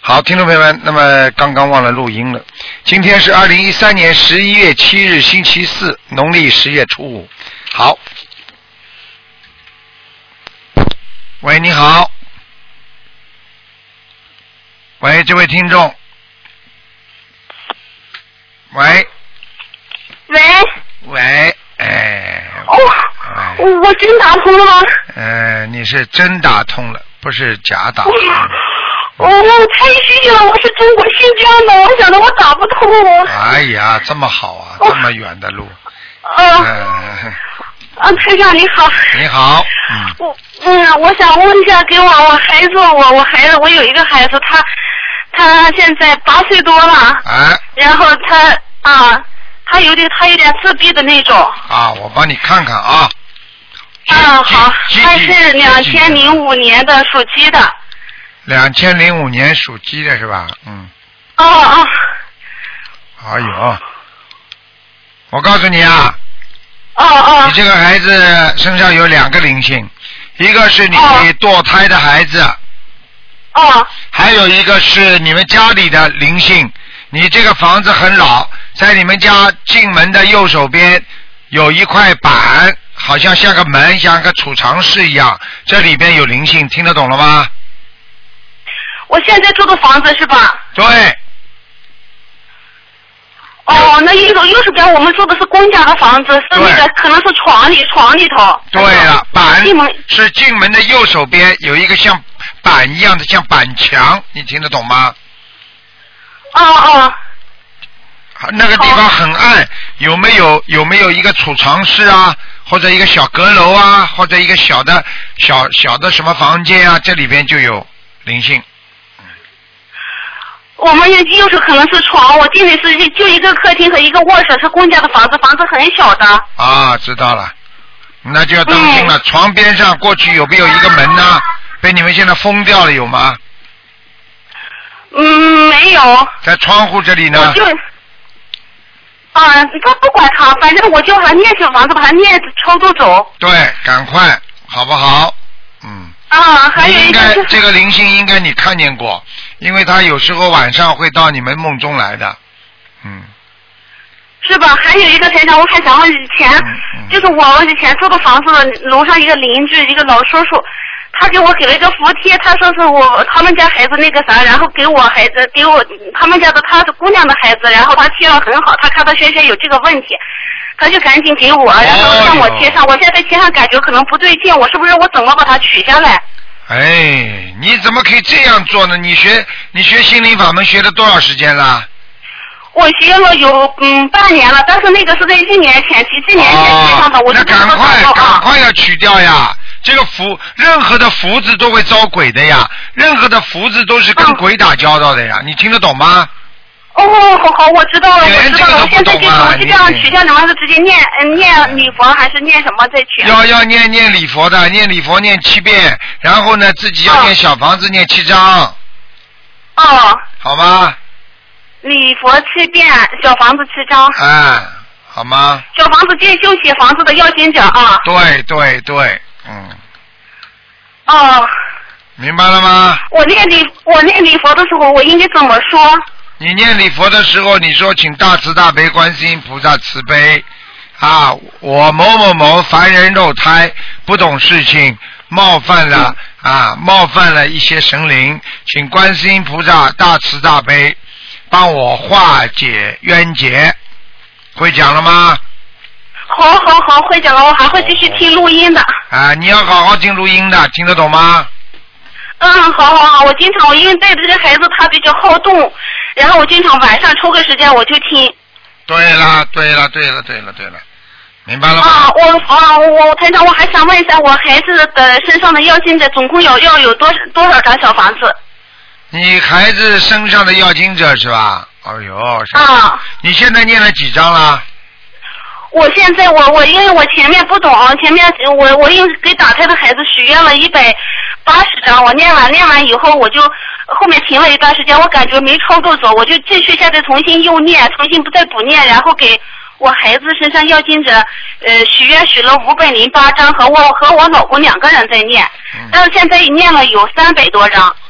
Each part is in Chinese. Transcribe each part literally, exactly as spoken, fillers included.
好，听众朋友们，那么刚刚忘了录音了。今天是二零一三年十一月七日，星期四，农历十月初五。好，喂，你好，喂，这位听众，喂， 喂， 喂，哎， 哦， 哎我真打通了吗？ 呃，你是真打通了，不是假打通。 哦，太谢谢了！我是中国新疆的，我想着我打不通。 哎呀，这么好啊， 哦、 这么远的路。 啊、 呃。 啊，台长你好。 你好。嗯。 我嗯，我想问一下，给我我孩子，我我孩子，我有一个孩子，他他现在八岁多了。 哎。 然后他啊，他有点他有点自闭的那种。 啊，我帮你看看啊。 啊，好，他是两千零五年的，属鸡的。 两千零五年属鸡的是吧？嗯。 哦哦。 哎呦，我告诉你啊。 哦哦。 你这个孩子身上有两个灵性，一个是你堕胎的孩子。 哦。 还有一个是你们家里的灵性。你这个房子很老，在你们家进门的右手边有一块板，好像像个门，像个储藏室一样，这里边有灵性，听得懂了吗？ 我现在住的房子是吧？ 对。 哦，那右手右手边我们住的是公家的房子，是那个可能是床里床里头。 对了，板是进门的右手边有一个像板一样的像板墙，你听得懂吗？ 哦哦。 那个地方很暗，有没有有没有一个储藏室啊，或者一个小阁楼啊，或者一个小的小小的什么房间啊？这里边就有灵性。 我们右手可能是床，我进去是就一个客厅和一个卧室，是公家的房子，房子很小的。 啊，知道了，那就要当心了。嗯、床边上过去有没有一个门呢？被你们现在封掉了有吗？ 嗯，没有。 在窗户这里呢？ 我就啊，他不管他，反正我就把他念小房子，把他念超度走。 对，赶快，好不好？嗯。 啊，还有一个、 应该这个灵性应该你看见过，因为他有时候晚上会到你们梦中来的，嗯， 是吧？还有一个台长，我还想问以前，嗯嗯、就是我以前住的房子楼上一个邻居，一个老叔叔，他给我给了一个福贴，他说是我他们家孩子那个啥，然后给我孩子给我他们家的他是姑娘的孩子，然后他贴了很好，他看到轩轩有这个问题。他就赶紧给我，然后让我贴上。哦、我现在贴上感觉可能不对劲，我是不是我怎么把它取下来？ 哎，你怎么可以这样做呢？你学你学心灵法门学了多少时间了？ 我学了有嗯半年了，但是那个是在一年前期，一年前贴上的， 哦、 我就那赶快赶快要取掉呀！这个符，任何的符字都会招鬼的呀，任何的符字都是跟鬼打交道的呀，嗯、你听得懂吗？ 哦，好好，我知道了，我知道了。我现在就是我就这样取下来，完了直接念念礼佛还是念什么再取？ 要要念念礼佛的，念礼佛念七遍，然后呢自己要念小房子、哦、念七章。 哦。 好吗？ 礼佛七遍，小房子七章。 哎，好吗？ 小房子见修写房子的要经者啊。 对对对，嗯。 哦。 明白了吗？ 我念礼我念礼佛的时候，我应该怎么说？ 你念礼佛的时候，你说请大慈大悲观世音菩萨慈悲啊！我某某某凡人肉胎，不懂事情，冒犯了啊，冒犯了一些神灵，请观世音菩萨大慈大悲，帮我化解冤结。会讲了吗？ 好好好，会讲了，我还会继续听录音的。 啊，你要好好听录音的，听得懂吗？ 嗯，好好好，我经常我因为带着这个孩子他比较好动，然后我经常晚上抽个时间我就听。对了对了对了对了对了，明白了吗？ 啊，我啊我台长，我还想问一下，我孩子的身上的要经者总共要要有多多少张小房子？ 你孩子身上的要经者是吧？哎呦， 啊！ 你现在念了几张了？ 我现在我我因为我前面不懂，前面我我因为给打胎的孩子许愿了一百八十张，我念完念完以后我就后面停了一段时间，我感觉没超度走，我就继续现在重新又念，重新不再补念，然后给我孩子身上要经者呃许愿许了五百零八张，和我和我老公两个人在念，但是现在念了有三百多张。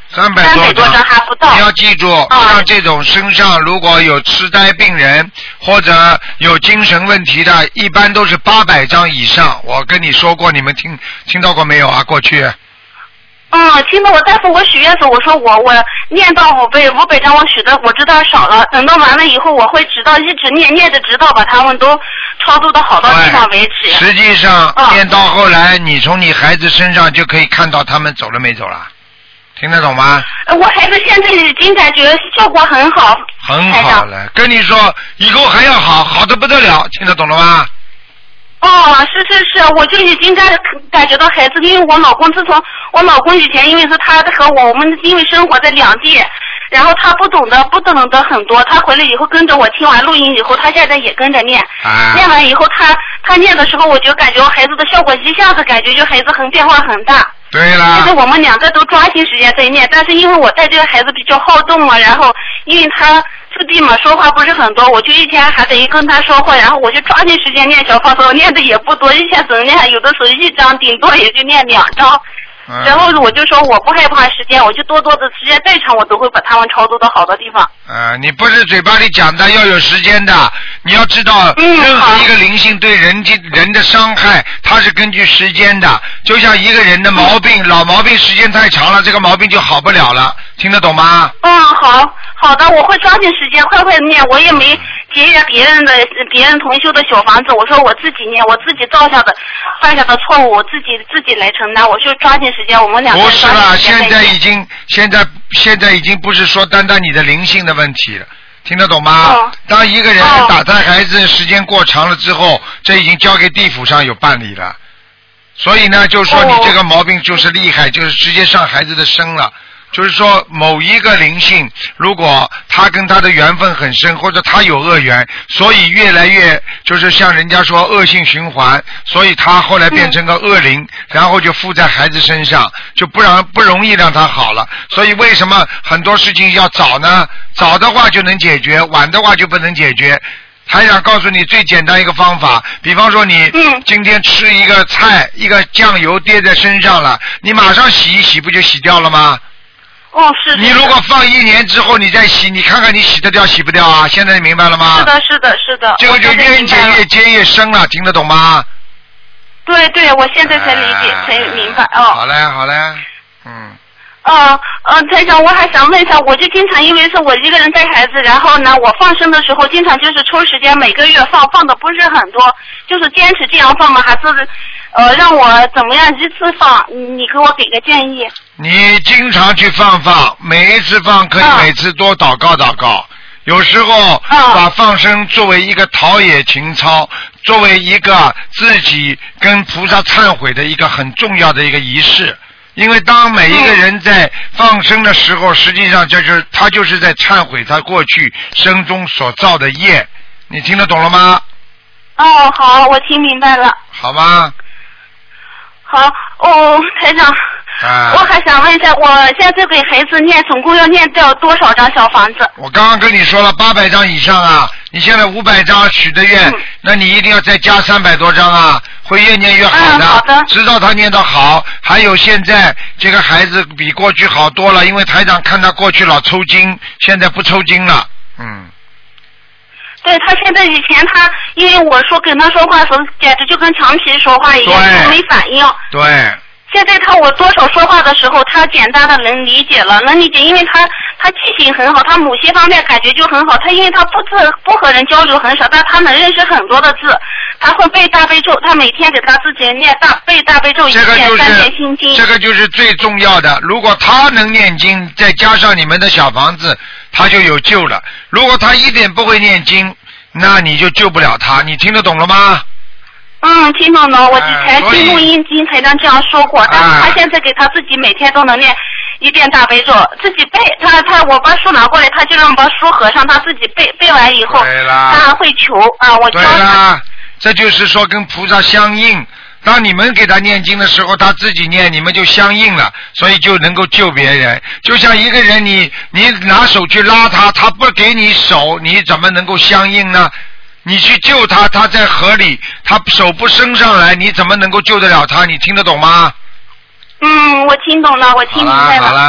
三百多张还不到。 你要记住， 啊、 像这种身上如果有痴呆病人或者有精神问题的，一般都是八百张以上。我跟你说过，你们听听到过没有啊？过去。 嗯，听到我，但是我许愿时我说我我念到五百五百张，我许的我知道少了，等到完了以后我会直到一直念念着，直到把他们都超度到好的地方为止。 实际上、嗯、念到后来，你从你孩子身上就可以看到他们走了没走了，听得懂吗？ 我孩子现在已经感觉效果很好， 很好了。跟你说，以后还要好，好的不得了，听得懂了吗？ 哦，是是是，我就已经感感觉到孩子，因为我老公自从我老公以前因为是他和我我们因为生活在两地，然后他不懂得不懂得很多，他回来以后跟着我听完录音以后，他现在也跟着念， 啊、 念完以后他他念的时候，我就感觉孩子的效果一下子感觉就孩子很变化很大。 对啦。 其实我们两个都抓紧时间在念，但是因为我带这个孩子比较好动嘛，然后因为他自闭嘛，说话不是很多，我就一天还得跟他说话，然后我就抓紧时间念小方子，我念的也不多，一天只能念，有的时候一张，顶多也就念两张。 嗯、 然后我就说我不害怕时间，我就多多的时间再长，我都会把他们超度到好的地方。 呃，你不是嘴巴里讲的，要有时间的。你要知道， 嗯、 任何一个灵性对人人的伤害，它是根据时间的。就像一个人的毛病，嗯、老毛病时间太长了，这个毛病就好不了了。听得懂吗？ 嗯，好，好的，我会抓紧时间快快念，我也没节约别人的别人同修的小房子，我说我自己念，我自己造下的犯下的错误，我自己自己来承担，我就抓紧时间，我们两个人抓紧时间。 不是了，现在已经现在现在已经不是说单单你的灵性的问题了，听得懂吗？ 哦、 当一个人打胎孩子时间过长了之后，这已经交给地府上有办理了，所以呢，就是说你这个毛病就是厉害，就是直接上孩子的身了。就是说某一个灵性，如果他跟他的缘分很深，或者他有恶缘，所以越来越就是像人家说恶性循环，所以他后来变成个恶灵，嗯、然后就附在孩子身上，就不让不容易让他好了。所以为什么很多事情要早呢？早的话就能解决，晚的话就不能解决。还想告诉你最简单一个方法，比方说你今天吃一个菜，一个酱油滴在身上了，你马上洗一洗，不就洗掉了吗？ 哦，是。 你如果放一年之后你再洗，你看看你洗得掉洗不掉啊？现在你明白了吗？ 是的，是的，是的。 这个就冤结越结越深了，听得懂吗？ 对对，我现在才理解，哎、才明白哦。 好嘞，好嘞，嗯。 呃呃，台长，我还想问一下，我就经常因为是我一个人带孩子，然后呢，我放生的时候经常就是抽时间每个月放，放的不是很多，就是坚持这样放吗？还是呃让我怎么样一次放？你给我给个建议。 你经常去放放，每一次放可以每次多祷告祷告。啊、有时候把放生作为一个陶冶情操，作为一个自己跟菩萨忏悔的一个很重要的一个仪式。因为当每一个人在放生的时候，实际上就是他就是在忏悔他过去生中所造的业，你听得懂了吗？ 哦，好，我听明白了。 好吗？ 好，哦，台长， 啊、 我还想问一下，我现在给孩子念，总共要念掉多少张小房子？ 我刚刚跟你说了八百张以上啊，你现在五百张许的愿、嗯，那你一定要再加三百多张啊。会越念越好的， 嗯、好的直到他念得好。还有现在这个孩子比过去好多了，因为台长看他过去老抽筋，现在不抽筋了。嗯。 对，他现在以前他因为我说跟他说话的时候，简直就跟墙皮说话一样，都没反应。 对。 现在他我多少说话的时候，他简单的能理解了，能理解，因为他他记性很好，他某些方面感觉就很好。他因为他不自不和人交流很少，但他能认识很多的字。他会背大悲咒，他每天给他自己念大背大悲咒一遍，三遍心经。 这个就是最重要的。如果他能念经，再加上你们的小房子，他就有救了。如果他一点不会念经，那你就救不了他。你听得懂了吗？ 嗯，听懂了。我之前听录音经台长这样说过，但是他现在给他自己每天都能念一遍大悲咒，自己背。他他我把书拿过来，他就让把书合上，他自己背背完以后，他还会求啊，我教他。 这就是说跟菩萨相应。当你们给他念经的时候，他自己念，你们就相应了，所以就能够救别人。就像一个人你，你你拿手去拉他，他不给你手，你怎么能够相应呢？你去救他，他在河里，他手不伸上来，你怎么能够救得了他？你听得懂吗？ 嗯，我听懂了，我听明白了。 好了，好了，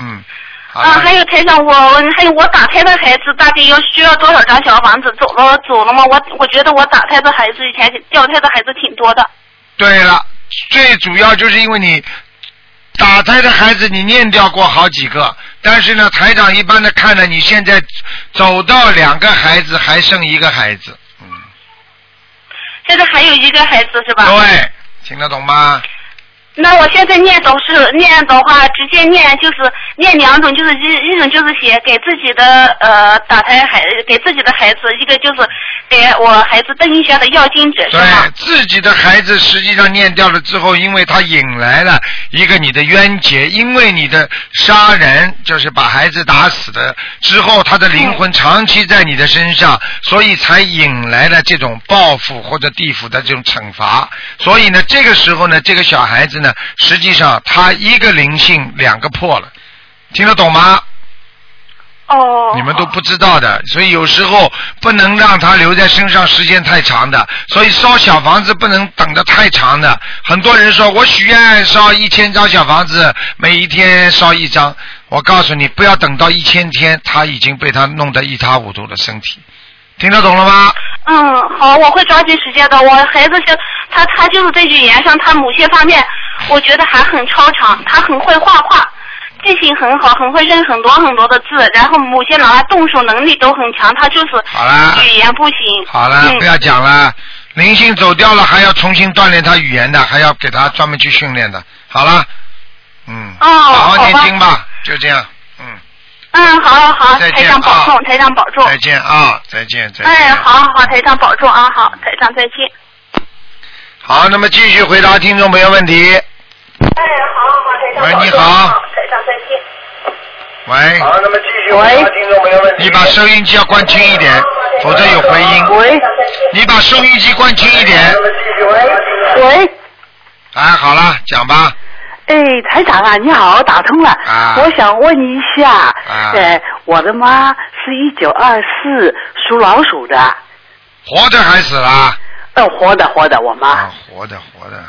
嗯。 啊，还有台长，我还有我打胎的孩子，大概要需要多少张小房子？走了走了吗？我我觉得我打胎的孩子以前掉胎的孩子挺多的。 对了，最主要就是因为你打胎的孩子你念掉过好几个，但是呢，台长一般的看呢，你现在走到两个孩子，还剩一个孩子，嗯。 现在还有一个孩子是吧？ 对，听得懂吗？ 那我现在念都是念的话，直接念就是念两种，就是一一种就是写给自己的呃打胎孩给自己的孩子，一个就是给我孩子登一下的要经者，是吗？ 对，自己的孩子实际上念掉了之后，因为他引来了一个你的冤结，因为你的杀人就是把孩子打死的之后，他的灵魂长期在你的身上，所以才引来了这种报复或者地府的这种惩罚。所以呢，这个时候呢，这个小孩子呢，实际上他一个灵性两个破了，听得懂吗？ 哦。 你们都不知道的，所以有时候不能让他留在身上时间太长的，所以烧小房子不能等得太长的。很多人说我许愿烧一千张小房子，每一天烧一张，我告诉你，不要等到一千天，他已经被他弄得一塌糊涂的身体。听得懂了吗？ 嗯，好，我会抓紧时间的。我孩子就他他就是在语言上，他某些方面我觉得还很超常，他很会画画，记性很好，很会认很多很多的字，然后某些拿来动手能力都很强，他就是好了， 语言不行。 好了，嗯、不要讲了，灵性走掉了，还要重新锻炼他语言的，还要给他专门去训练的。好了，嗯， 哦， 好好念经吧， 吧就这样，嗯。 嗯，好好好， 台长保重，台长保重。 再见啊，再见再见。 哎，好好好，台长保重啊，好，台长再见。 好，那么继续回答听众朋友问题。 哎，好好好，台长保重。 喂，你好。 台长再见。 喂。 好，那么继续回答听众朋友问题。 你把收音机要关轻一点，否则有回音。 喂。 你把收音机关轻一点。 那么继续喂。 喂。 哎，好了，讲吧。 哎，台长啊，你好，打通了。 啊。 我想问一下， 啊、 呃，我的妈是一九二四属老鼠的。 活的还死了？ 呃，活的，活的，我妈。 啊，活的，活的。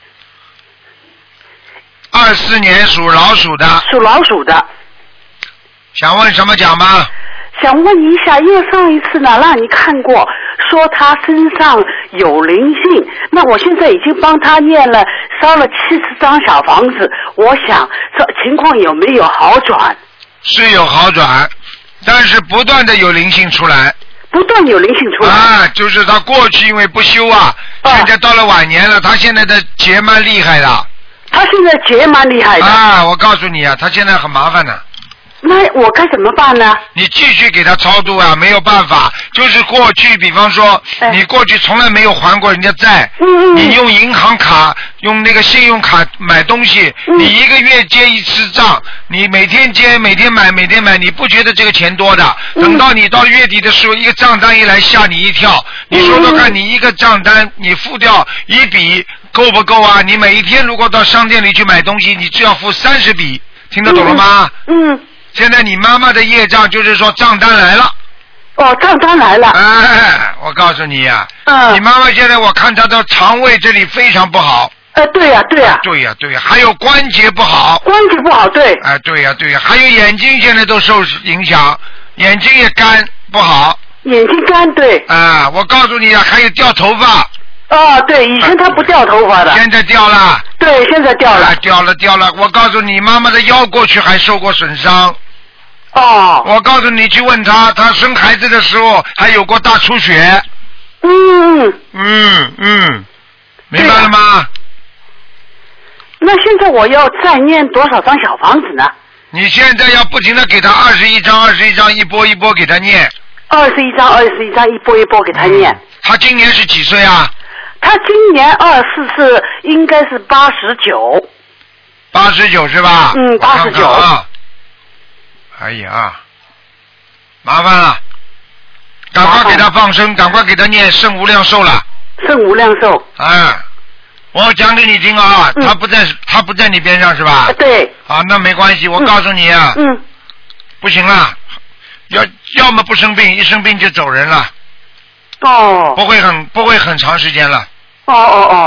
二四年属老鼠的。 属老鼠的。 想问什么讲吧？ 想问一下，因为上一次呢让你看过，说他身上有灵性，那我现在已经帮他念了烧了七十张小房子，我想这情况有没有好转？ 是有好转，但是不断的有灵性出来。 不断有灵性出来。 啊，就是他过去因为不修啊，啊现在到了晚年了，他现在的劫蛮厉害的。 他现在劫蛮厉害的。 啊，我告诉你啊，他现在很麻烦的。 那我该怎么办呢？ 你继续给他超度啊，没有办法。就是过去，比方说，哎、你过去从来没有还过人家债， 嗯、 你用银行卡、用那个信用卡买东西， 嗯、 你一个月结一次账，你每天结、每天买、每天买，你不觉得这个钱多的？ 嗯、 等到你到月底的时候，一个账单一来，吓你一跳。你说说看，你一个账单你付掉一笔够不够啊？你每一天如果到商店里去买东西，你只要付三十笔，听得懂了吗？ 嗯。嗯现在你妈妈的业障就是说账单来了。 哦，账单来了。 哎，我告诉你呀、啊， 嗯， 你妈妈现在我看她的肠胃这里非常不好。 呃，对呀、啊，对呀、啊， 对呀、啊，对呀、啊，还有关节不好。 关节不好，对。 哎，对呀、啊，对呀、啊，还有眼睛现在都受影响，眼睛也干不好。 眼睛干，对。 啊，我告诉你啊，还有掉头发。 哦，对，以前她不掉头发的。 现在掉了。 对，现在掉了。 啊、掉了，掉了！我告诉你，妈妈的腰过去还受过损伤。 哦。 我告诉你，去问她，她生孩子的时候还有过大出血。 嗯嗯嗯，明白了吗？ 那现在我要再念多少张小房子呢？ 你现在要不停的给他二十一张，二十一张，一波一波给他念。 二十一张，二十一张，一波一波给他念。嗯、 他今年是几岁啊？ 他今年二四是应该是八十九。 八十九是吧？ 嗯，八十九。 啊！哎呀，麻烦了，赶快给他放生，赶快给他念圣无量寿了。 圣无量寿。 哎，我讲给你听啊，嗯、他不在，他不在你边上是吧？ 对。 啊，那没关系，我告诉你啊。 嗯。 不行了，要要么不生病，一生病就走人了。 哦。 不会很不会很长时间了。 哦哦哦。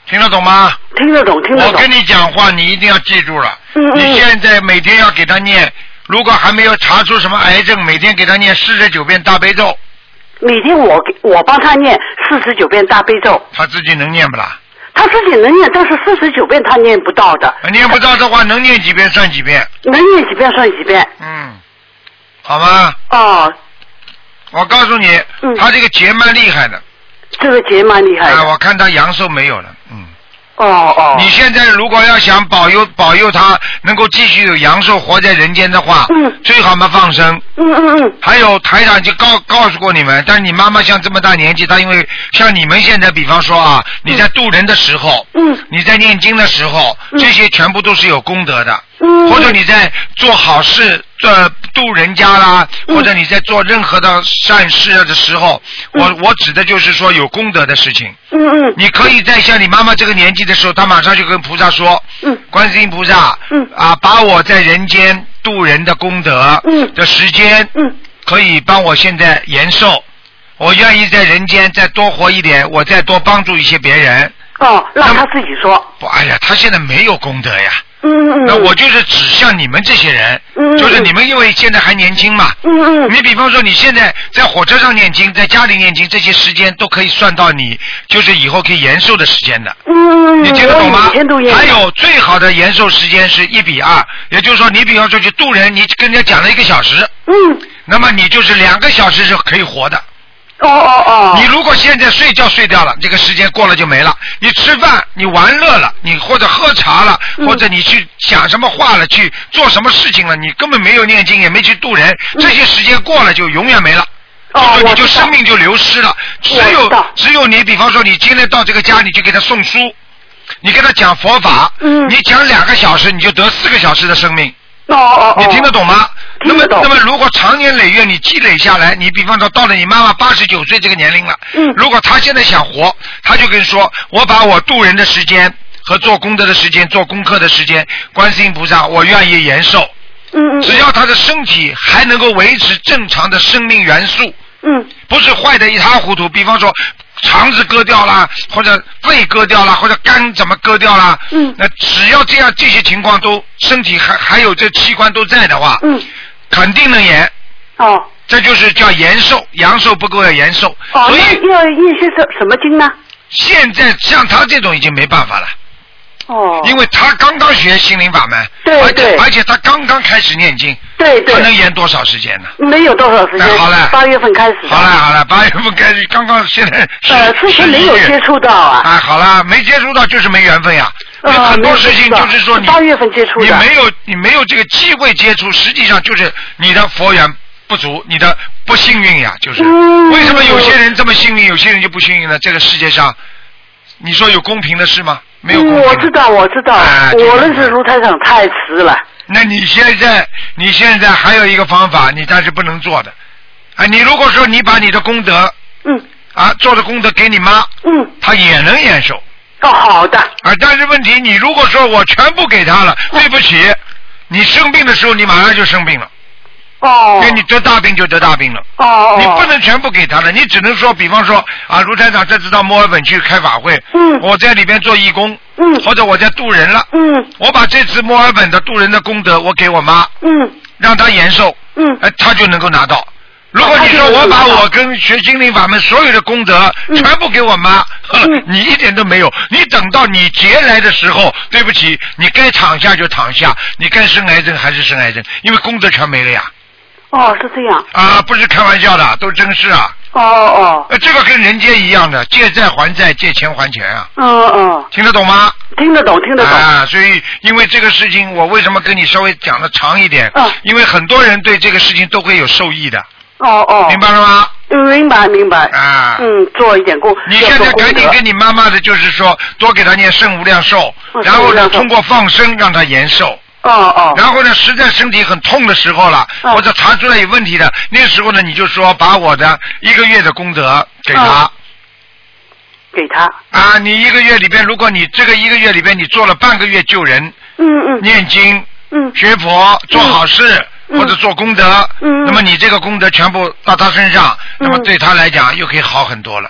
听得懂吗？ 听得懂，听得懂。 我跟你讲话，你一定要记住了。 嗯嗯。 你现在每天要给他念，如果还没有查出什么癌症，每天给他念四十九遍大悲咒。 每天我给我帮他念四十九遍大悲咒。 他自己能念不啦？ 他自己能念，但是四十九遍他念不到的。 念不到的话，能念几遍算几遍。 能念几遍算几遍。 嗯，好吗？ 哦。 我告诉你，嗯、他这个结蛮厉害的。 这个结蛮厉害的。 啊，我看他阳寿没有了，嗯。 哦哦。 你现在如果要想保佑保佑他能够继续有阳寿活在人间的话， 嗯， 最好嘛放生。 嗯嗯嗯。 还有台长就告告诉过你们，但是你妈妈像这么大年纪，她因为像你们现在，比方说啊，你在渡人的时候， 嗯， 你在念经的时候， 嗯、 这些全部都是有功德的。 嗯。 或者你在做好事，呃，渡人家啦， 嗯、 或者你在做任何的善事的时候，嗯、我我指的就是说有功德的事情。 嗯嗯。 你可以在像你妈妈这个年纪的时候，她马上就跟菩萨说， 嗯， 观世音菩萨， 嗯， 啊，把我在人间渡人的功德， 嗯， 的时间， 嗯， 可以帮我现在延寿，我愿意在人间再多活一点，我再多帮助一些别人。 哦，让他自己说。 不，哎呀，他现在没有功德呀。 嗯嗯。 那我就是指向你们这些人， 嗯， 就是你们因为现在还年轻嘛， 嗯嗯。 你比方说你现在在火车上念经，在家里念经，这些时间都可以算到你就是以后可以延寿的时间的。 嗯。 你听得懂吗？ 还还有最好的延寿时间是一比二，也就是说你比方说去渡人，你跟人家讲了一个小时， 嗯， 那么你就是两个小时是可以活的。 哦哦哦！ 你如果现在睡觉睡掉了，这个时间过了就没了。你吃饭，你玩乐了，你或者喝茶了， 嗯、 或者你去讲什么话了，去做什么事情了，你根本没有念经，也没去渡人， 嗯、 这些时间过了就永远没了。 哦， 就你就生命就流失了。只有只有你，比方说你今天到这个家，你去给他送书，你给他讲佛法， 嗯， 你讲两个小时，你就得四个小时的生命。 哦哦哦， 你听得懂吗？ 听得懂。 那么，那么如果长年累月你积累下来，你比方说到了你妈妈八十九岁这个年龄了， 嗯， 如果她现在想活，她就跟说，我把我渡人的时间和做功德的时间、做功课的时间，观世音菩萨，我愿意延寿。 嗯嗯。 只要她的身体还能够维持正常的生命元素， 嗯， 不是坏的一塌糊涂。比方说肠子割掉啦，或者肺割掉啦，或者肝怎么割掉啦， 嗯， 那只要这样这些情况都身体还还有这器官都在的话， 嗯， 肯定能延。 哦， 这就是叫延寿，阳寿不够要延寿。 哦， 所以那要念些什什么经呢？ 现在像他这种已经没办法了。 哦。 因为他刚刚学心灵法门， 对而且对， 而且他刚刚开始念经， 对对， 他能延多少时间呢？ 没有多少时间。 好了， 八月份开始。 好了好了，八月份开始，刚刚现在呃，之前没有接触到啊。 啊，好了，没接触到就是没缘分呀。 呃， 很多事情就是说你八月份接触的， 你没有你没有这个机会接触，实际上就是你的佛缘不足，你的不幸运呀，就是。 嗯、 为什么有些人这么幸运，有些人就不幸运呢？这个世界上，你说有公平的事吗？没有公平的。 我知道，我知道， 哎、 我认识卢台长太迟了。 那你现在，你现在还有一个方法，你但是不能做的。啊，你如果说你把你的功德， 嗯， 啊，做的功德给你妈， 嗯， 她也能延寿。 哦，好的。 啊，但是问题，你如果说我全部给她了，对不起，你生病的时候你马上就生病了。 哦。 因为你得大病就得大病了。 哦哦。 你不能全部给他的，你只能说，比方说啊，卢台长这次到墨尔本去开法会， 嗯， 我在里边做义工， 嗯， 或者我在渡人了， 嗯， 我把这次墨尔本的渡人的功德我给我妈， 嗯， 让她延寿， 嗯， 哎，她就能够拿到。如果你说我把我跟学心灵法门所有的功德全部给我妈， 嗯、 你一点都没有。你等到你劫来的时候，对不起，你该躺下就躺下，你该生癌症还是生癌症，因为功德全没了呀。 哦，是这样。 啊，不是开玩笑的，都真事啊。 哦哦。 呃，这个跟人间一样的，借债还债，借钱还钱啊。 嗯嗯。 听得懂吗？ 听得懂，听得懂。 啊，所以因为这个事情，我为什么跟你稍微讲的长一点？ 嗯。 因为很多人对这个事情都会有受益的。 哦哦。 明白了吗？ 嗯，明白明白。 啊。 嗯，做一点功。 你现在赶紧跟你妈妈的，就是说多给她念圣无量寿， 嗯、 然后呢，通过放生让她延寿。 哦哦。 然后呢，实在身体很痛的时候了， 哦、 或者查出来有问题的，那时候呢，你就说把我的一个月的功德给他。 哦、给他。 啊，你一个月里边，如果你这个一个月里边你做了半个月救人， 嗯嗯， 念经， 嗯， 学佛，做好事。 嗯、 或者做功德， 嗯， 那么你这个功德全部到他身上， 嗯、 那么对他来讲又可以好很多了。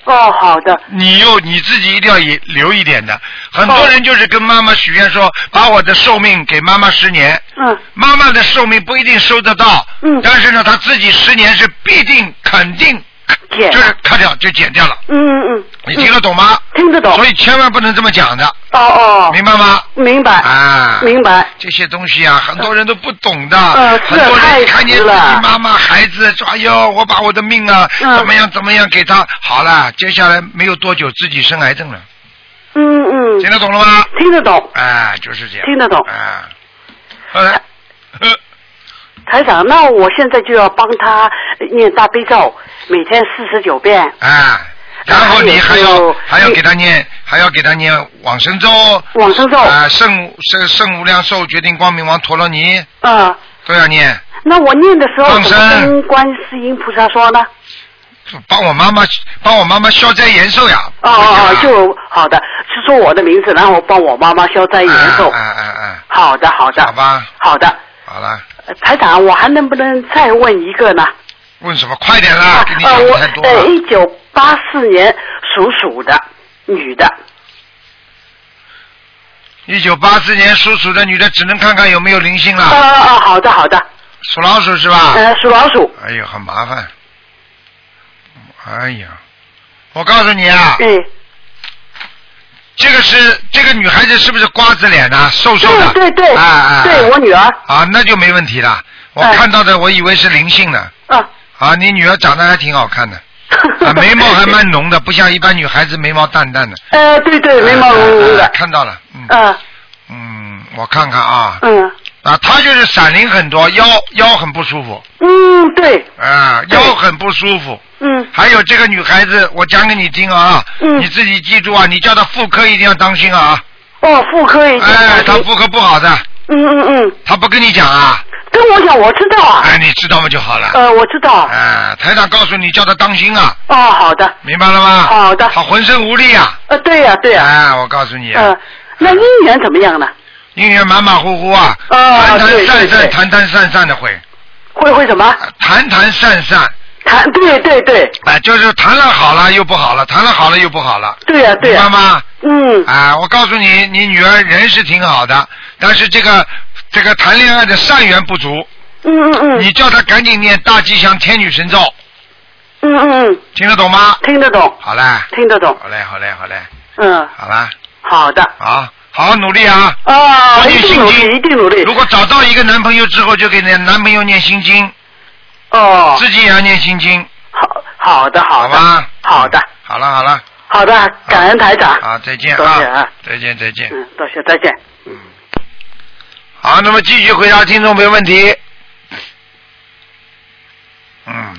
哦，好的。 你又你自己一定要也留一点的。很多人就是跟妈妈许愿说，把我的寿命给妈妈十年。 嗯。 妈妈的寿命不一定收得到。 嗯。 但是呢，她自己十年是必定肯定。 减就是砍掉就减掉了。 嗯嗯嗯。 你听得懂吗？ 听得懂。 所以千万不能这么讲的。 哦哦。 明白吗？ 明白。 啊。 明白。 这些东西啊，很多人都不懂的。 呃， 很多人看见自己妈妈、孩子说：“哎呦，我把我的命啊， 嗯、 怎么样怎么样给他好了。”接下来没有多久，自己生癌症了。 嗯嗯。 听得懂了吗？ 听得懂。 哎，就是这样。 听得懂。 哎。呃。 台长，那我现在就要帮他念大悲咒，每天四十九遍。 啊，然后你还要还要给他念，还要给他念往生咒。 往生咒。 啊，圣圣圣无量寿决定光明王陀罗尼。 嗯。 都要念。 那我念的时候放生， 怎么跟观世音菩萨说呢？ 帮我妈妈，帮我妈妈消灾延寿呀。 哦哦哦，就好的，是说我的名字，然后帮我妈妈消灾延寿。 嗯嗯嗯。 好的好的。 好吧。 好的。 好了。 台长，我还能不能再问一个呢？ 问什么？快点啦！跟你讲太多了。 呃，一九八四年属鼠的女的。 一九八四年属鼠的女的，只能看看有没有灵性了。 哦哦，好的好的。 属老鼠是吧？ 呃，属老鼠。 哎呦，很麻烦。哎呀，我告诉你啊。 嗯。 这个是这个女孩子是不是瓜子脸啊？瘦瘦的。 对对对。 啊啊。 对我女儿。 啊，那就没问题了。我看到的，我以为是灵性呢。 啊。 啊，你女儿长得还挺好看的，啊，眉毛还蛮浓的，不像一般女孩子眉毛淡淡的。 呃，对对，眉毛浓浓的。 看到了。嗯。 嗯。 嗯，我看看啊。 嗯。 啊，她就是闪灵很多，腰腰很不舒服。 嗯，对。 啊，腰很不舒服。 嗯。 还有这个女孩子，我讲给你听啊。 嗯。 你自己记住啊，你叫她妇科一定要当心啊。 哦，妇科一定要当心。 哎，她妇科不好的。 嗯嗯嗯。 她不跟你讲啊？ 跟我讲，我知道啊。 哎，你知道吗就好了。 呃，我知道。 哎，台长告诉你，叫她当心啊。 哦，好的。 明白了吗？ 好的。 她浑身无力啊。 呃，对呀对呀。 哎，我告诉你。 呃，那姻缘怎么样呢？ 姻缘马马虎虎啊。 啊， 谈谈散散，谈谈散散的会。 会会什么？ 谈谈散散。 谈对对对。 哎，就是谈了好了又不好了，谈了好了又不好了。 对呀对呀。 明白吗？ 嗯。 啊，我告诉你，你女儿人是挺好的，但是这个这个谈恋爱的善缘不足。 嗯嗯嗯。 你叫她赶紧念大吉祥天女神咒。 嗯嗯嗯。 听得懂吗？ 听得懂。 好嘞。 听得懂。 好嘞好嘞好嘞。 嗯。 好啦。 好的。 好。好好努力啊！ 啊， 多念心经， 一定努力。 如果找到一个男朋友之后，就给男男朋友念心经。 哦。 自己也要念心经。 好好的好的。 好吧。 好的。 好了好了。 好的，感恩台长。 好，再见啊！ 多谢啊！ 再见再见。 嗯，多谢再见。 嗯。好，那么继续回答听众没问题。嗯。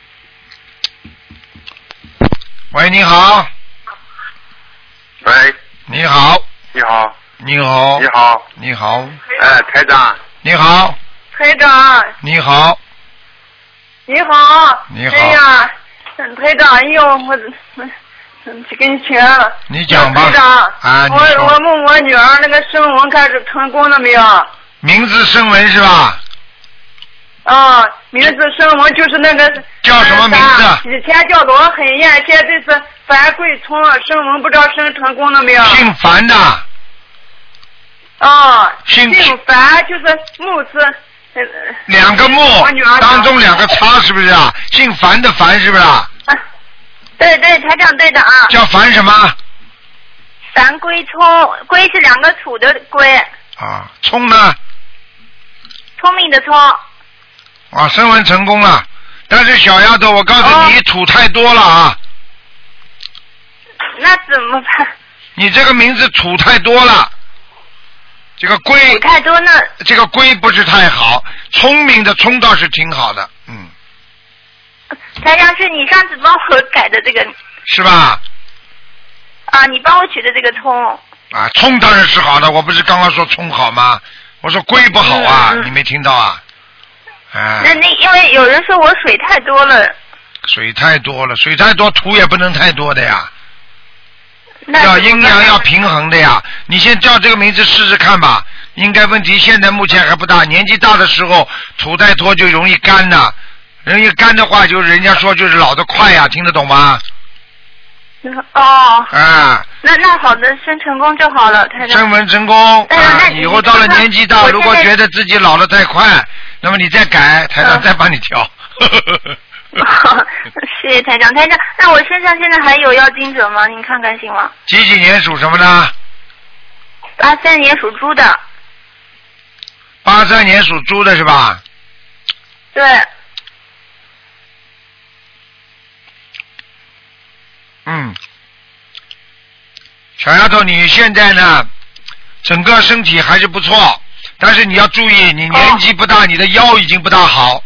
喂，你好。 喂。 你好。 你好。 你好。 你好。 你好。 哎，台长。 你好。 台长。 你好。 你好。 你好。 哎呀，台长，哎呦，我我给你请。 你讲吧。 台长。 啊， 我我问我女儿那个升文开始成功了没有？ 名字升文是吧？ 啊，名字升文就是那个。 叫什么名字？ 以前叫罗黑燕，现在是樊桂聪，升文不知道升成功了没有？ 姓樊的。 啊。 姓姓樊就是木字。呃、 两个木，当中两个叉是不是啊？姓樊的樊是不是啊？ 啊对对，台长对的啊。 叫樊什么？ 樊归聪，归是两个土的归。 啊，聪呢？ 聪明的聪。 啊，升文成功了，但是小丫头，我告诉你，哦、土太多了啊。 那怎么办？ 你这个名字土太多了。这个龟太多呢， 这个龟不是太好，聪明的聪倒是挺好的，嗯。 台长是你上次帮我改的这个， 是吧？ 啊，你帮我取的这个聪。 啊，聪当然是好的，我不是刚刚说聪好吗？我说龟不好啊，嗯嗯你没听到啊？哎。 那那因为有人说我水太多了。 水太多了，水太多，土也不能太多的呀。要阴阳要平衡的呀，你先叫这个名字试试看吧。应该问题现在目前还不大，年纪大的时候土太多就容易干呐，容易干的话就人家说就是老得快呀，听得懂吗？ 哦。 啊。 那那好的，生成功就好了，台长。 生文成功啊！ 以后到了年纪大，如果觉得自己老得太快，那么你再改，台长再帮你调。 谢谢台长，台长，那我身上现在还有要经者吗？您看看行吗？ 几几年属什么的？ 八三年属猪的。 八三年属猪的是吧？ 对。 嗯。小丫头，你现在呢，整个身体还是不错，但是你要注意，你年纪不大，哦、你的腰已经不大好。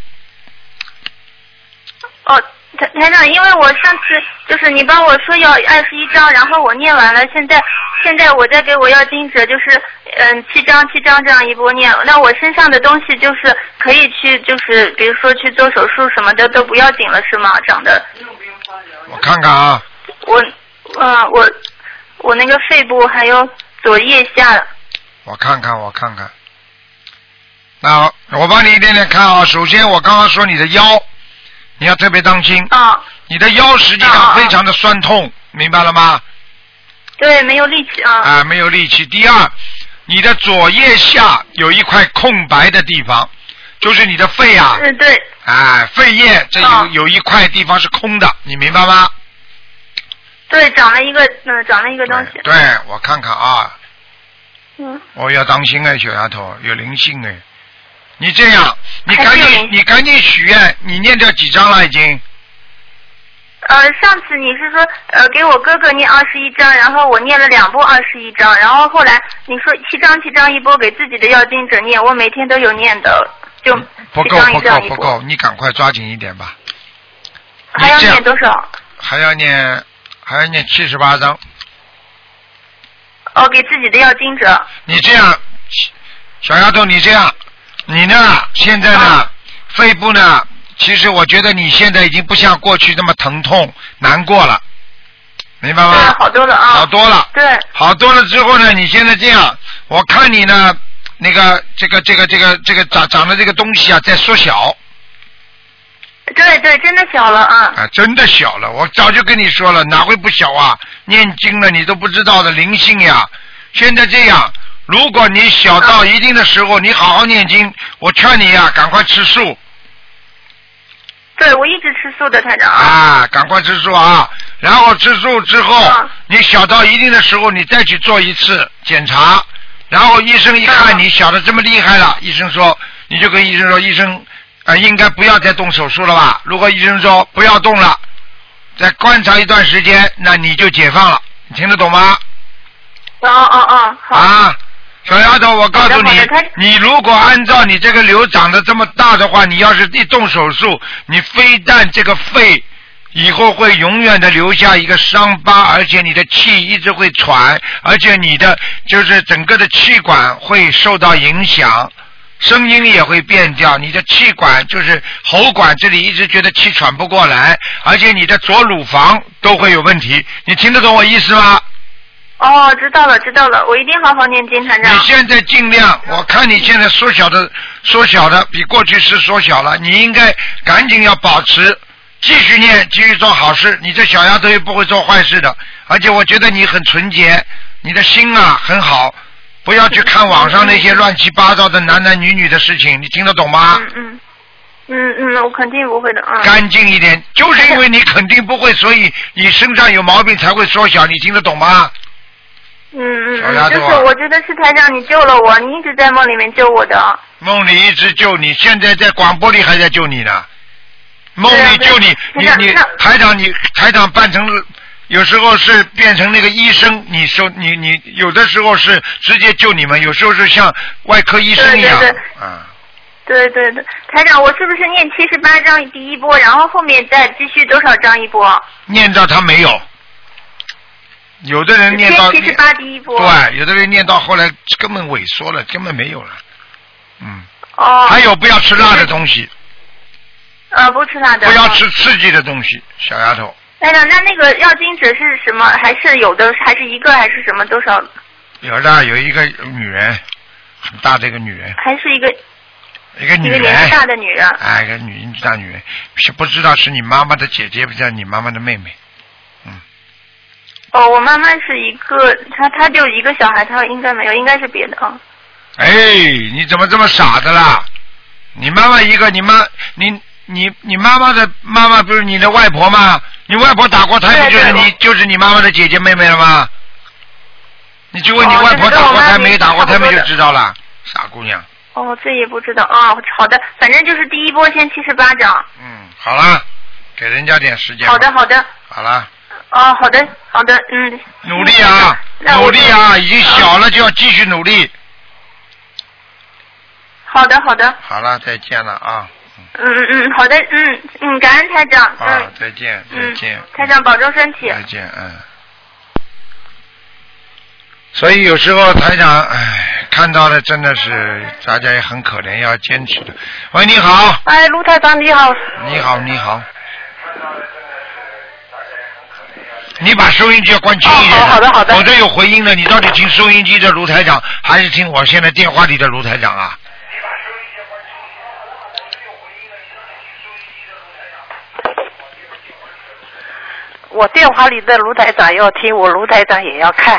哦，台台长，因为我上次就是你帮我说要二十一章，然后我念完了，现在现在我再给我要经者，就是嗯七章七章这样一波念，那我身上的东西就是可以去，就是比如说去做手术什么的都不要紧了是吗？长的。 我看看啊。 我嗯、呃、我我那个肺部还有左腋下。 我看看我看看。那我帮你一点点看啊，首先我刚刚说你的腰。你要特别当心啊！你的腰实际上非常的酸痛，啊、明白了吗？ 对，没有力气啊！ 啊，没有力气。第二，你的左腋下有一块空白的地方，就是你的肺啊。 嗯，对。 啊，肺叶这有、啊、有一块地方是空的，你明白吗？ 对，长了一个嗯，长了一个东西。 对，对我看看啊。 嗯。 我要当心哎，小丫头，有灵性哎。你这样，你赶紧，你赶紧许愿，你念掉几张了已经？ 呃，上次你是说呃给我哥哥念二十一章，然后我念了两波二十一章，然后后来你说七章七章一波给自己的要经者念，我每天都有念的，就不够不够不够，你赶快抓紧一点吧。 还要念多少？ 还要念还要念七十八章。 哦，给自己的要经者。 你这样，小丫头，你这样。你呢？现在呢？啊、肺部呢？其实我觉得你现在已经不像过去那么疼痛难过了，明白吗？ 对，好多了啊。 好多了。 对。 好多了之后呢？你现在这样，我看你呢，那个这个这个这个这个长长的这个东西啊，在缩小。 对对，真的小了啊。 啊，真的小了！我早就跟你说了，哪会不小啊？念经了你都不知道的灵性呀！现在这样。如果你小到一定的时候，你好好念经，我劝你呀、啊，赶快吃素。 对，我一直吃素的，台长。 啊，赶快吃素啊！然后吃素之后，啊、你小到一定的时候，你再去做一次检查，然后医生一看你小的这么厉害了，医生说，你就跟医生说，医生啊、呃，应该不要再动手术了吧？如果医生说不要动了，再观察一段时间，那你就解放了。你听得懂吗？ 哦哦哦，好。 啊。小丫头，我告诉你，你如果按照你这个瘤长得这么大的话，你要是一动手术，你非但这个肺以后会永远的留下一个伤疤，而且你的气一直会喘，而且你的就是整个的气管会受到影响，声音也会变掉，你的气管就是喉管这里一直觉得气喘不过来，而且你的左乳房都会有问题，你听得懂我意思吗？ 哦，知道了，知道了，我一定好好念经，台长。 你现在尽量，我看你现在缩小的，缩小的比过去是缩小了，你应该赶紧要保持，继续念，继续做好事。你这小丫头又不会做坏事的，而且我觉得你很纯洁，你的心啊很好，不要去看网上那些乱七八糟的男男女女的事情，你听得懂吗？ 嗯嗯。嗯嗯，我肯定不会的啊。 干净一点，就是因为你肯定不会，所以你身上有毛病才会缩小，你听得懂吗？ 嗯嗯嗯，就是我觉得是台长你救了我，你一直在梦里面救我的。 梦里一直救你，现在在广播里还在救你呢。梦里救你，你你台长你台长扮成，有时候是变成那个医生，你说你你有的时候是直接救你们，有时候是像外科医生一样。 对对对啊。 对对对，台长，我是不是念七十八章第一波，然后后面再继续多少章一波？ 念到他没有。有的人念到七十八第一波， 对，有的人念到后来根本萎缩了，根本没有了。嗯。 哦。 还有不要吃辣的东西。 呃，不吃辣的。 不要吃刺激的东西，小丫头。 哎呀，那那个要经者是什么？还是有的？还是一个？还是什么？多少？ 有的，有一个女人，很大的一个女人。 还是一个。 一个女人。 一个年纪大的女人。 哎，一个女大女人，是不知道是你妈妈的姐姐，不知道你妈妈的妹妹。嗯。 哦，我妈妈是一个，她她就一个小孩，她应该没有，应该是别的啊。 哎，你怎么这么傻的啦？你妈妈一个，你妈你你你妈妈的妈妈不是你的外婆吗？你外婆打过胎不就是你就是你妈妈的姐姐妹妹了吗？你去问你外婆打过胎没打过胎没就知道了，傻姑娘。 哦，这也不知道啊、哦。好的，反正就是第一波先七十八张。 嗯，好了，给人家点时间。 好的，好的。 好了。 哦，好的，好的，嗯。 努力啊，努力啊！已经小了就要继续努力。 好的，好的。 好了，再见了啊。 嗯嗯嗯，好的，嗯嗯，感恩台长。嗯。 啊，再见，再见。 嗯、台长保重身体。 再见，嗯。所以有时候台长，唉，看到的真的是大家也很可怜，要坚持的。喂，你好。 哎，卢台长你好。 你好，你好。你把收音机要关轻一点、 哦，好的好的。 否则有回音的，你到底听收音机的卢台长，还是听我现在电话里的卢台长啊？ 我电话里的卢台长要听，我卢台长也要看。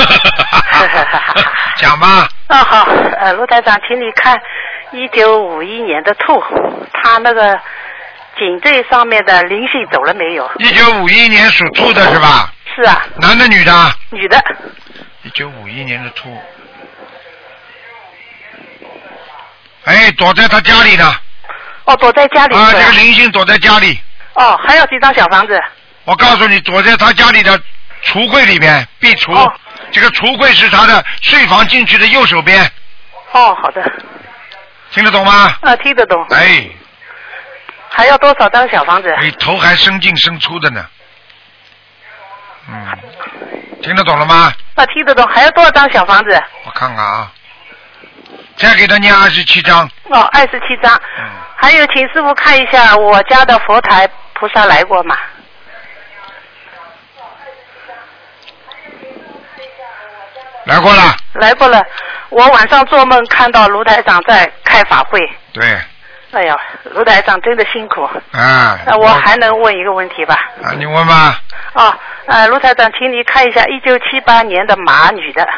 讲吧。 啊、哦、好，呃，卢台长，请你看一九五一年的兔，他那个颈椎上面的灵性走了没有？ 一九五一年属兔的是吧？ 是啊。 男的女的？ 女的。 一九五一年的兔。哎，躲在他家里呢。 哦，躲在家里。 啊，这个灵性躲在家里。 哦，还有几张小房子？ 我告诉你，躲在他家里的橱柜里边，壁橱。哦。这个橱柜是他的睡房进去的右手边。 哦，好的。 听得懂吗？ 啊，听得懂。 哎。 还要多少张小房子？ 你头还伸进伸出的呢。嗯。听得懂了吗？ 啊，听得懂。还要多少张小房子？ 我看看啊。再给他念二十七章。 哦，二十七章。嗯。还有，请师傅看一下我家的佛台，菩萨来过吗？ 来过了。 来过了。我晚上做梦看到卢台长在开法会。 对。 哎呀，卢台长真的辛苦。 啊。 那我还能问一个问题吧？ 啊，你问吧。 哦，呃，卢台长，请你看一下一九七八年的马女的。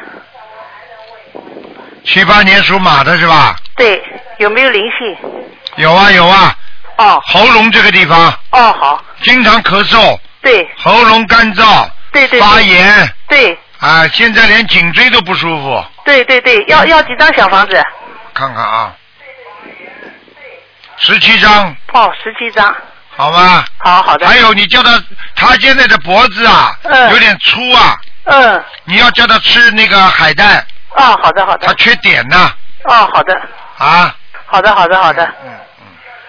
七八年属马的是吧？ 对，有没有灵性？ 有啊有啊。 哦。 喉咙这个地方。 哦，好。 经常咳嗽。 对。 喉咙干燥。 对对。 发炎。 对。 啊，现在连颈椎都不舒服。 对对对，要要几张小房子？ 看看啊。十七张。 哦，十七张。 好吗？ 好好的。 还有，你叫他，他现在的脖子啊， 嗯， 有点粗啊。 嗯。你要叫他吃那个海带。 哦，好的好的。 他缺碘呢。 哦，好的。 啊。 好的好的好的。 嗯嗯。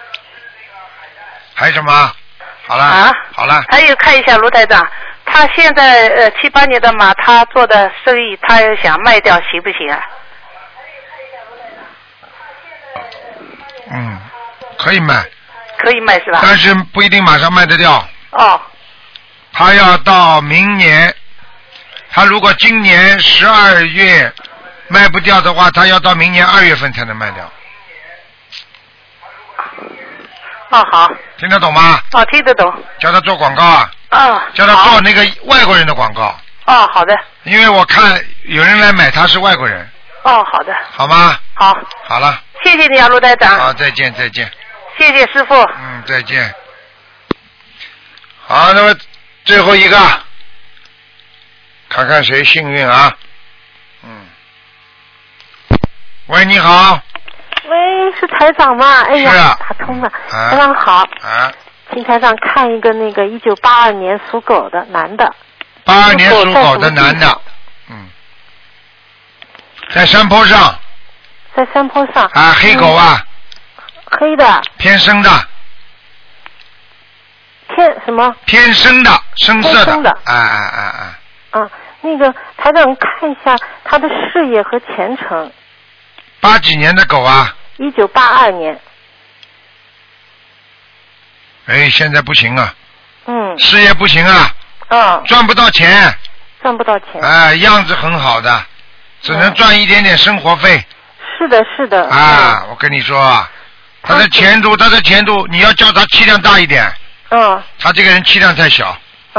还有什么？好了。 啊。 好了。 还有看一下卢台长，他现在呃七八年的马，他做的生意，他要想卖掉，行不行啊？ 嗯，可以卖。 可以卖是吧？ 但是不一定马上卖得掉。 哦。 他要到明年，他如果今年十二月卖不掉的话，他要到明年二月份才能卖掉。 哦，好。 听得懂吗？ 哦，听得懂。 叫他做广告啊。 哦。 叫他做那个外国人的广告。 哦，好的。 因为我看有人来买他是外国人。 哦，好的。 好吗？ 好。 好了。 谢谢你啊，卢台长。 好，再见再见。 谢谢师傅。 嗯，再见。好，那么最后一个，看看谁幸运啊？嗯。喂，你好。 喂，是台长吗？哎呀， 是啊、 打通了。 啊、 台长好。 啊。 请台长看一个那个一九八二年属狗的男的。 八二年属狗的男的。嗯。在山坡上。 在山坡上。 啊，黑狗啊。 嗯、黑的。 偏深的。 偏什么？ 偏深的，深色的。 偏深的。 哎哎哎哎。 啊，那个台长看一下他的事业和前程。 八几年的狗啊？ 一九八二年。 哎，现在不行啊。 嗯。 事业不行啊。 嗯。 赚不到钱。 赚不到钱。 哎，样子很好的，只能赚一点点生活费。 嗯、是的，是的。 啊，我跟你说啊，他的前途，他的前途，你要叫他气量大一点。 嗯。 他这个人气量太小。 嗯。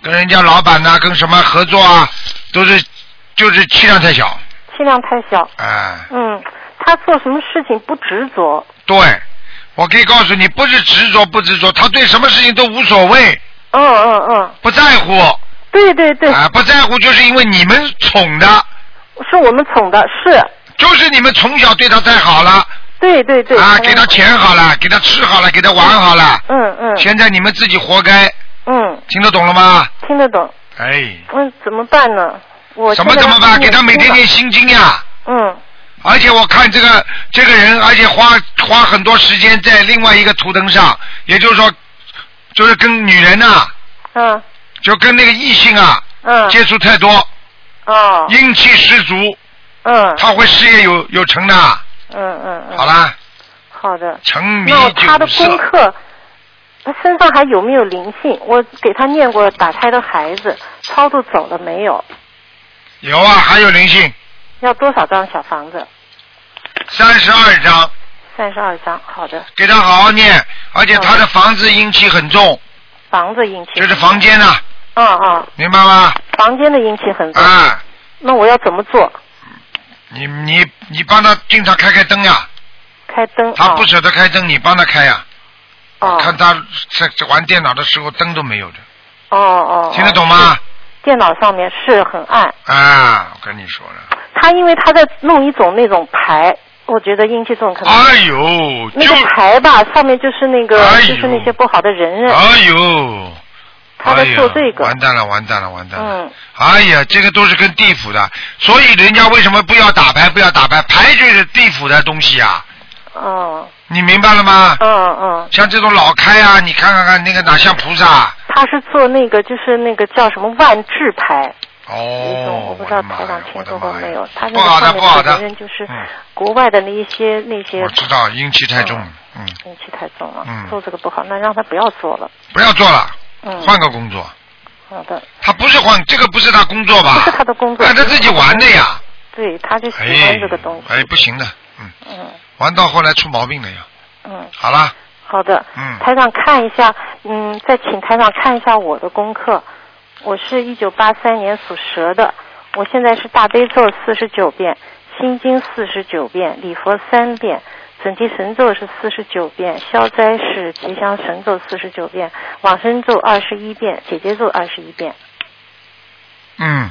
跟人家老板呐、跟什么合作啊，都是就是气量太小。 气量太小。 哎。 嗯，他做什么事情不执着。 对，我可以告诉你，不是执着不执着，他对什么事情都无所谓。 嗯嗯嗯。 不在乎。 对对对。 啊，不在乎就是因为你们宠的。 是我们宠的，是。 就是你们从小对他太好了。 对对对。 啊，给他钱好了，给他吃好了，给他玩好了。 嗯嗯。 现在你们自己活该。 嗯。 听得懂了吗？ 听得懂。 哎。 嗯，怎么办呢？我什么怎么办？给他每天念心经呀。 嗯。 而且我看这个这个人，而且花花很多时间在另外一个图腾上，也就是说，就是跟女人呐、啊， 嗯， 就跟那个异性啊， 嗯， 接触太多， 哦， 阴气十足， 嗯， 他会事业有有成的， 嗯嗯嗯， 好啦， 好的， 沉迷那酒他的色功课，他身上还有没有灵性？我给他念过打胎的孩子，超度走了没有？ 有啊，还有灵性。 要多少张小房子？ 三十二张。 三十二张，好的。 给他好好念，而且他的房子阴气很重。 房子阴气。 就是房间呐、啊。 嗯嗯。 明白吗？ 房间的阴气很重。 啊。 那我要怎么做？ 你你你帮他经常开开灯呀。 开灯。 他不舍得开灯，你帮他开呀。 哦。 看他在玩电脑的时候灯都没有的。 哦哦。 听得懂吗？ 电脑上面是很暗。 啊，我跟你说了。 他因为他在弄一种那种牌，我觉得阴气重可能。 哎呦， 那个牌吧，上面就是那个， 哎、 就是那些不好的人人。 哎呦。 他在做这个。 哎、完蛋了，完蛋了，完蛋了。 嗯。 哎呀，这个都是跟地府的，所以人家为什么不要打牌？不要打牌，牌就是地府的东西啊。 哦。 你明白了吗？ 嗯嗯。 像这种老开啊，你看看看那个哪像菩萨？ 他是做那个，就是那个叫什么万智牌。 哦。 我不知道台长听说过没有？他那个上面的人就是国外的那一些那些。 我知道阴气太重了，嗯。 阴气太重了， 嗯， 做这个不好，那让他不要做了。 不要做了， 嗯， 换个工作。 好的。 他不是换，这个不是他工作吧？ 不是他的工作， 他自己玩的呀。 对，他就喜欢这个东西。 哎，不行的，嗯。 嗯。 玩到后来出毛病了呀。 嗯。 好了。 好的。 嗯。 台长看一下，嗯，再请台长看一下我的功课。我是一九八三年属蛇的，我现在是大悲咒四十九遍，心经四十九遍，礼佛三遍，准提神咒是四十九遍，消灾是吉祥神咒四十九遍，往生咒二十一遍，解结咒二十一遍。 嗯。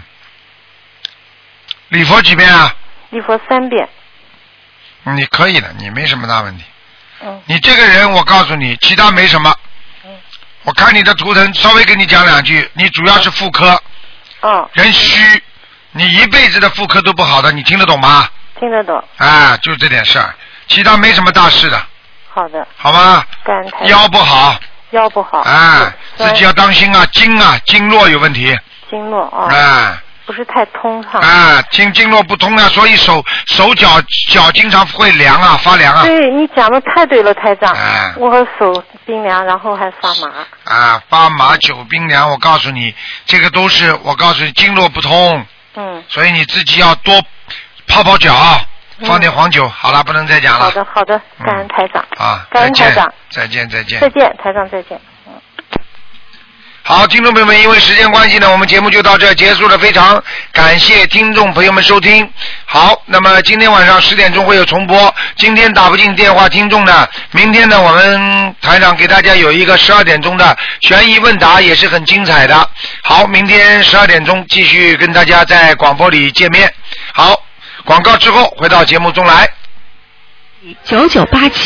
礼佛几遍啊？ 礼佛三遍。 你可以的，你没什么大问题。 嗯。 你这个人，我告诉你，其他没什么。 嗯。 我看你的图腾，稍微跟你讲两句，你主要是妇科。 哦。 人虚，你一辈子的妇科都不好的，你听得懂吗？ 听得懂。 啊，就这点事儿，其他没什么大事的。 好的。 好吗？腰不好。 腰不好。 啊，自己要当心啊，经啊，经络有问题。 经络啊。 啊。 不是太通畅啊，经经络不通啊，所以手手脚脚经常会凉啊，发凉啊。 对，你讲的太对了，台长。 啊、 我手冰凉，然后还发麻。 啊，发麻、久冰凉，我告诉你，这个都是我告诉你经络不通。 嗯。 所以你自己要多泡泡脚，放点黄酒。嗯、好了，不能再讲了。 好的，好的，感恩台长。 嗯、啊， 感恩台长。 再见，再见。 再见，台长，再见。嗯。 好，听众朋友们，因为时间关系呢，我们节目就到这结束了。非常感谢听众朋友们收听。好，那么今天晚上十点钟会有重播。今天打不进电话听众呢，明天呢，我们台长给大家有一个十二点钟的悬疑问答，也是很精彩的。好，明天十二点钟继续跟大家在广播里见面。好，广告之后回到节目中来。 九九八七。